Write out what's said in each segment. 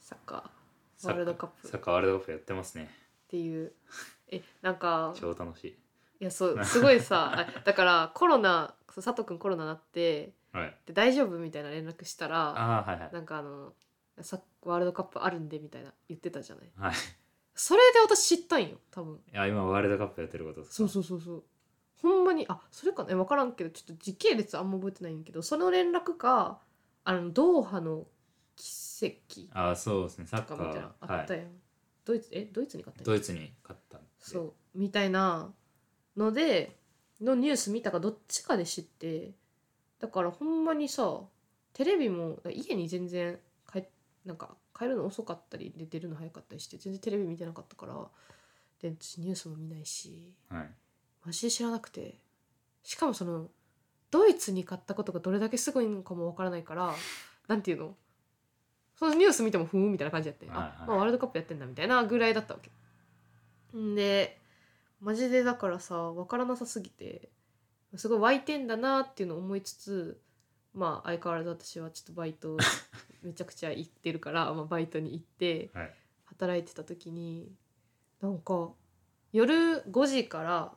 サッカーワールドカップサッカーワールドカップやってますねっていうなんか超楽しい。 いやそうすごいさだからコロナ佐藤くんコロナなってはいで大丈夫みたいな連絡したらはいはいなんかワールドカップあるんでみたいな言ってたじゃない。 はい。 それで私知ったんよ多分。 いや今ワールドカップやってることですか。 そうほんまにそれかな分からんけどちょっと時系列あんま覚えてないんやけどその連絡かドーハの奇跡そうですねサッカーとかみたいなあったやん、ドイツに勝ったんやドイツに勝ったんでそうみたいなのでのニュース見たかどっちかで知ってだからほんまにさテレビも家に全然なんか帰るの遅かったりで出るの早かったりして全然テレビ見てなかったからで私ニュースも見ないしはいマジで知らなくてしかもそのドイツに勝ったことがどれだけすごいのかもわからないからなんていうのそのニュース見てもふーんみたいな感じやって、 はいはいまあ、ワールドカップやってんだみたいなぐらいだったわけんでマジでだからさ分からなさすぎてすごい湧いてんだなっていうのを思いつつまあ相変わらず私はちょっとバイトめちゃくちゃ行ってるから、まあ、バイトに行ってはい働いてた時になんか夜5時から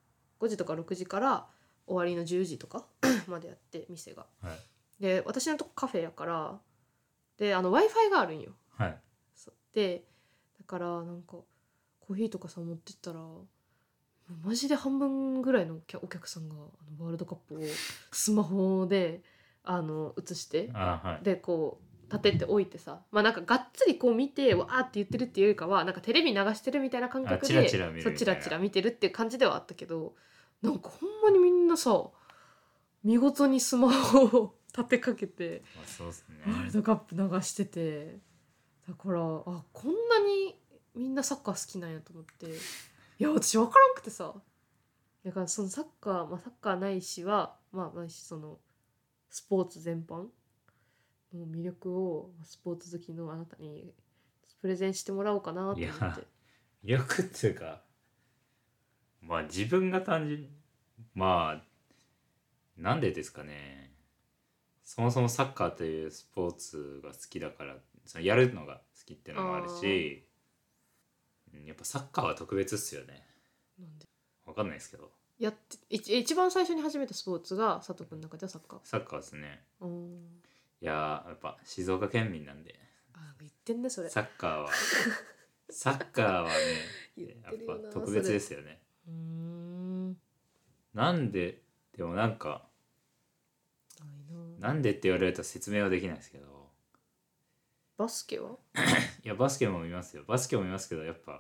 5時とか6時から終わりの10時とかまでやって店がはいで私のとこカフェやからでWi-Fi があるんよはいそうでだからなんかコーヒーとかさ持ってったらマジで半分ぐらいのお客さんがワールドカップをスマホで映してはいでこう立てておいてさまあなんかがっつりこう見てわーって言ってるっていうよりかはなんかテレビ流してるみたいな感覚でチラチラ見るみたいなそうチラチラ見てるっていう感じではあったけどなんかほんまにみんなさ見事にスマホを立てかけてまあそうですねワールドカップ流しててだからこんなにみんなサッカー好きなんやと思っていや私分からんくてさだからそのサッカー、まあ、サッカーないしはまあないしそのスポーツ全般の魅力をスポーツ好きのあなたにプレゼンしてもらおうかなと思って。 いや魅力っていうかまあ自分が単純まあなんでですかねそもそもサッカーというスポーツが好きだからそのやるのが好きっていうのもあるしやっぱサッカーは特別っすよね。 なんでわかんないですけどやって一番最初に始めたスポーツが佐藤君の中ではサッカー。 サッカーですね。 うんいややっぱ静岡県民なんで言ってんねそれ。 サッカーはサッカーはね言っやてるよなっぱ特別ですよね。なんででもなんかなんでって言われると説明はできないですけどバスケはいやバスケも見ますよ。バスケも見ますけどやっぱ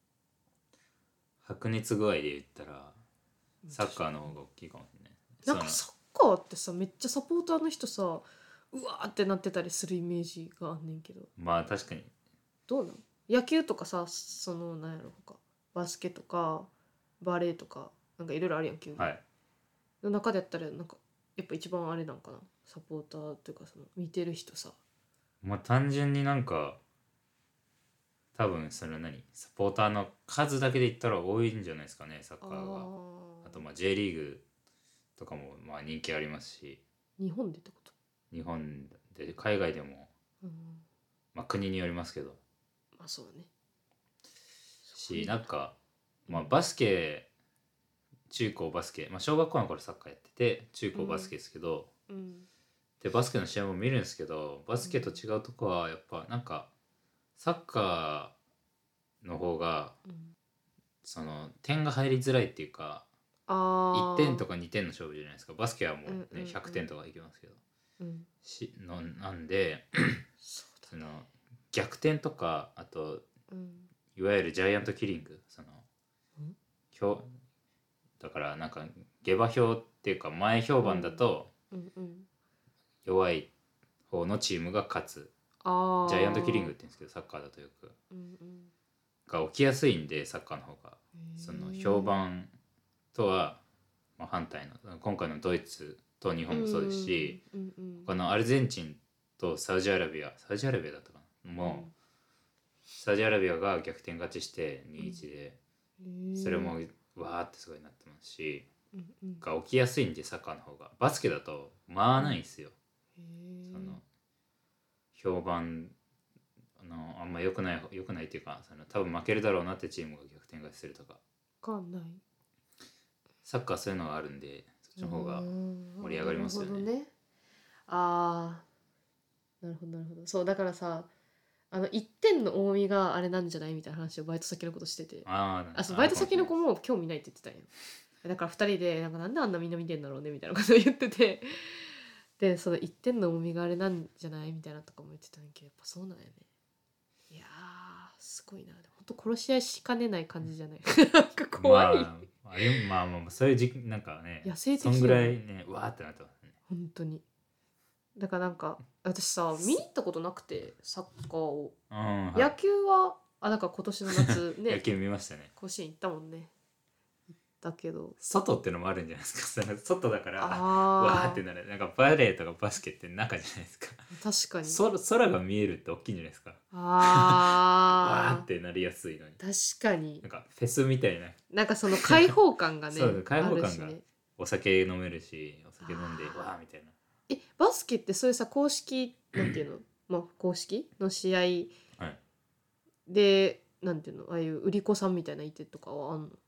白熱具合で言ったらサッカーの方が大きいかもしれない。 なんかサッカーってさめっちゃサポーターの人さうわーってなってたりするイメージがあんねんけどまあ確かにどうなん野球とかさそのなんやろほかバスケとかバレーとかなんかいろいろあるやん球技、 はいの中でやったらなんかやっぱ一番あれなんかなサポーターというかその見てる人さまあ単純になんか多分そのサポーターの数だけで言ったら多いんじゃないですかねサッカーが。あとまあ J リーグとかもまあ人気ありますし日本でってこと日本で海外でもまあ国によりますけどまあそうだねしなんかまあバスケ中高バスケまあ小学校の頃サッカーやってて中高バスケですけどでバスケの試合も見るんですけどバスケと違うとこはやっぱなんかサッカーの方がその点が入りづらいっていうか1点とか2点の勝負じゃないですか。バスケはもう、ね100点とかいきますけどなんでその逆転とかあといわゆるジャイアントキリングその表だからなんか下馬評っていうか前評判だと弱い方のチームが勝つジャイアントキリングって言うんですけどサッカーだとよくが起きやすいんでサッカーの方がその評判とはまあ反対の今回のドイツと日本もそうですしこのアルゼンチンとサウジアラビアだったかなもうサウジアラビアが逆転勝ちして2-1でそれもわーってすごいなってますしが起きやすいんでサッカーの方がバスケだとまあないんですよ。その評判まあ良くないっていうか、その多分負けるだろうなってチームが逆転勝ちするとか。 かんない。 サッカーそういうのがあるんで、そっちの方が盛り上がりますよね。 なるほどね。ああ、なるほどなるほど。そうだからさ、1点の重みがあれなんじゃないみたいな話をバイト先のことしてて、そうバイト先の子も興味ないって言ってたんよ。だから2人でなんであんなみんな見てんだろうねみたいなことを言ってて、でその1点の重みがあれなんじゃないみたいなとかも言ってたんやけど、やっぱそうなんやね。いやーすごいな。本当殺し合いしかねない感じじゃない。なんか怖い。 まあそういう時期なんかね、 野生的そんぐらいね、うわーってなってますね。 本当に。だからなんか私さ見に行ったことなくてサッカーを、野球はなんか今年の夏ね野球見ましたね。 甲子園行ったもんね。行ったけど外ってのもあるんじゃないですか。外だからわーってなる。なんかバレーとかバスケって中じゃないですか。 確かに空が見えるって大きいんじゃないですか。わーってなりやすいのに。 確かになんかフェスみたいな。 なんかその開放感がねそう開放感が、 ね、 お酒飲めるし、お酒飲んでわーみたいな。 バスケってそういうさ公式なんていうのまあ公式の試合で、なんていうのああいう売り子さんみたいな相手とかはあんの？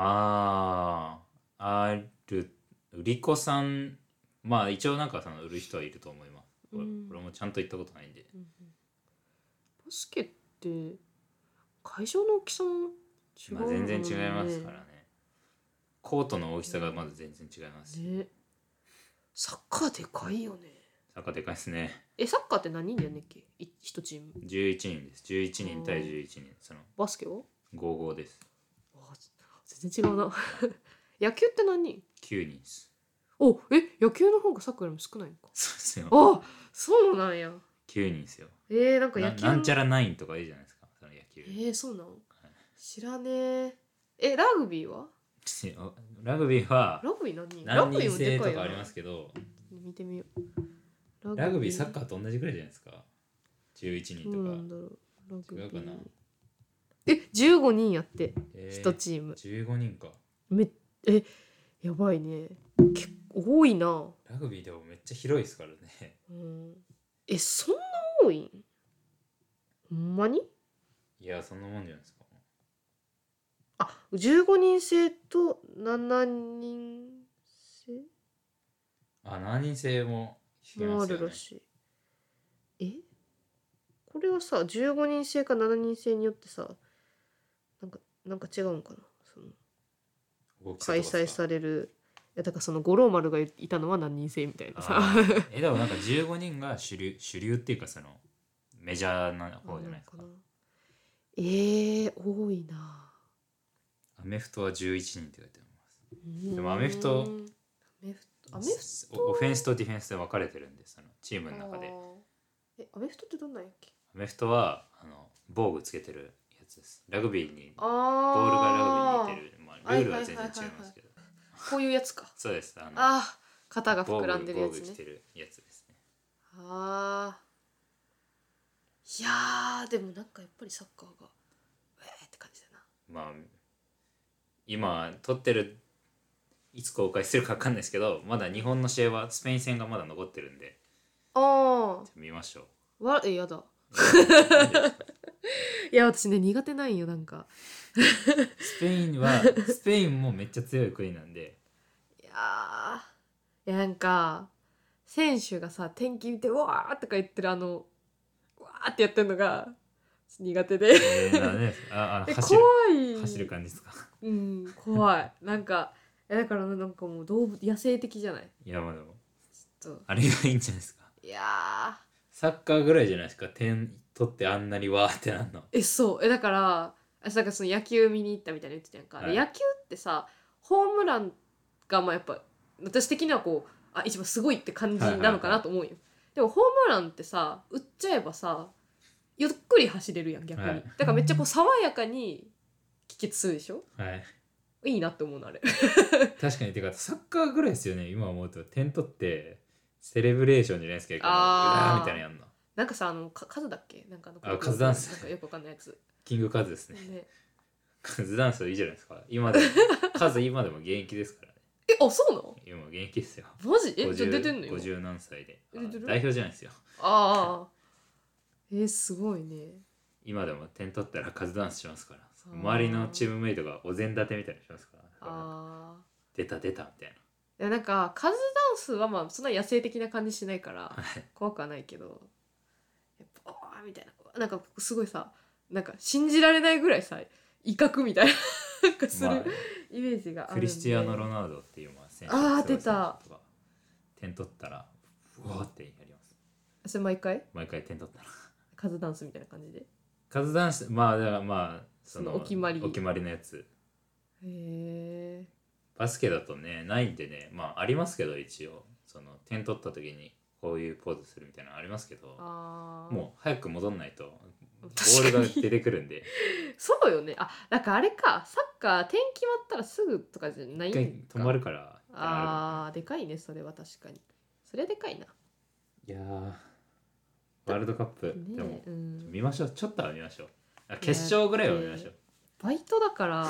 ある売り子さん、まあ一応なんかその売る人はいると思います。俺もちゃんと行ったことないんで。 バスケって会場の大きさも違うの、ね、 全然違いますからね。コートの大きさがまず全然違いますし、 ね、サッカーでかいよね。 サッカーでかいですね。 サッカーって何人でやんねっけ1チーム ？11人です。11人対11人。そのバスケは 5-5です。 全然違うな野球って何人 ？9人です。 野球の方がサッカーよりも少ないのか。 そうですよ。 そうなんや。 9人ですよ。 なんか野球なんちゃら9とかいいじゃないですか、その野球。 そうなの、知らねえ。ラグビーはラグビーは何人制とかありますけど、 見てみよう。ラグビーサッカーと同じぐらいじゃないですか。11人とか。 なんだろうラグビー違うかな。 15人やって、1チーム 15人か。 やばいね。結構多いな。 ラグビーでもめっちゃ広いですからね。 そんな多いん？ほんまに？ いや、そんなもんじゃないですか。 15人制と7人制 7人制も聞きますよね。 あるらしい。これはさ15人制か7人制によってさなんか違うんかな、その開催される。だからその五郎丸がいたのは何人制みたいなさでもなんか15人が主流っていうか、そのメジャーな方じゃないですか。 多いな。 アメフトは11人って書いてあります。でもアメフトオフェンスとディフェンスで分かれてるんです、そのチームの中で。 アメフトってどんなんやっけ？ アメフトは防具つけてるやつです。ラグビーにボールがラグビーに似てる、ルールは全然違いますけど、 こういうやつか。 そうです。 肩が膨らんでるやつね。 防具着てるやつですね。 いやーでもなんかやっぱりサッカーがって感じだな。 今撮ってる、いつ公開するか分かんないですけど、まだ日本の試合はスペイン戦がまだ残ってるんで見ましょう。 やだいや私ね苦手なんよ。なんかスペインもめっちゃ強い国なんで。 いやなんか選手がさ天気見てうわーとか言ってるうわーってやってるのが苦手で怖い。 走る感じですか？ 怖い。なんかだからなんかもう野生的じゃない？ いやでもちょっとあれがいいんじゃないですか。 いやサッカーぐらいじゃないですか、点取ってあんなにわーってなんの。 そうだからなんかその野球見に行ったみたいな言ってたやんか、野球ってさホームランがやっぱ私的にはこう一番すごいって感じなのかなと思うよ、でもホームランってさ打っちゃえばさゆっくり走れるやん逆に、だからめっちゃこう爽やかに帰結するでしょ。いいなって思うのあれ確かに。てかサッカーぐらいですよね、今思うと。点取ってセレブレーションじゃないですか、みたいなやんの。 なんかさカズだっけ、なんかカズダンス、 なんかよくわかんないやつ、 キングカズですね。カズダンスいいじゃないですか。カズ今でも現役ですからね。 そうなの？ 今現役ですよ。 マジ？じゃ出てんのよ。 50何歳で代表じゃないですよ。 すごいね。 今でも点取ったらカズダンスしますからあー周りのチームメイトがお膳立てみたいにしますからだからなんかあ出た出たみたいいやなんかカズダンスはまあそんな野生的な感じしないからな怖くはないけどやっぱあーみたいななんかすごいさなんか信じられないぐらいさ威嚇みたいななんかする、 まあイメージがあるんでクリスティアーノ・ロナウドっていう選手あーすごい選手出たとか点取ったらうわーってやりますそれ毎回毎回点取ったらカズダンスみたいな感じでカズダンスまあだからまあそのお決まりのやつへえバスケだとねないんでねまあありますけど一応その点取った時にこういうポーズするみたいなのありますけどあもう早く戻んないとボ確かにールが出てくるんでそうよねあなんかあれかサッカー点決まったらすぐとかじゃないん一か回止まるからあーでかいねそれは確かにそれはでかいな、 いやーワールドカップ、 ねでもうん、 見ましょうちょっとは見ましょう決勝ぐらいは見ましょうバイトだから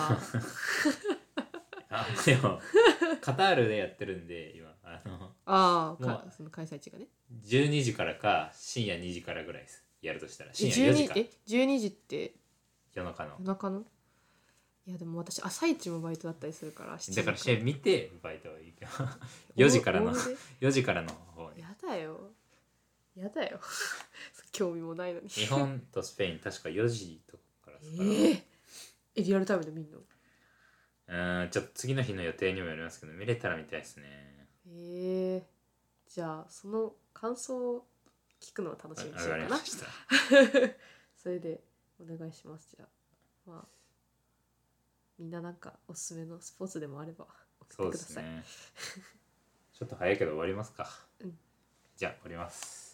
あでもカタールでやってるんで今もうその開催地がね 12時からか深夜2時からぐらいですやるとしたら深夜4時か 12時って夜中の夜中のいやでも私朝一もバイトだったりするからだから試合見てバイトはいいけど4時からのオールで 4時からの方にやだよやだよ興味もないのに日本とスペイン確か4時とかからですからリアルタイムで見んのちょっと次の日の予定にもよりますけど見れたら見たいですねじゃあその感想を聞くのを楽しみにしようかなわかりましたそれでお願いしますじゃあまあみんななんかおすすめのスポーツでもあればそう送ってください、 ですねちょっと早いけど終わりますか、 うんじゃあ終わります。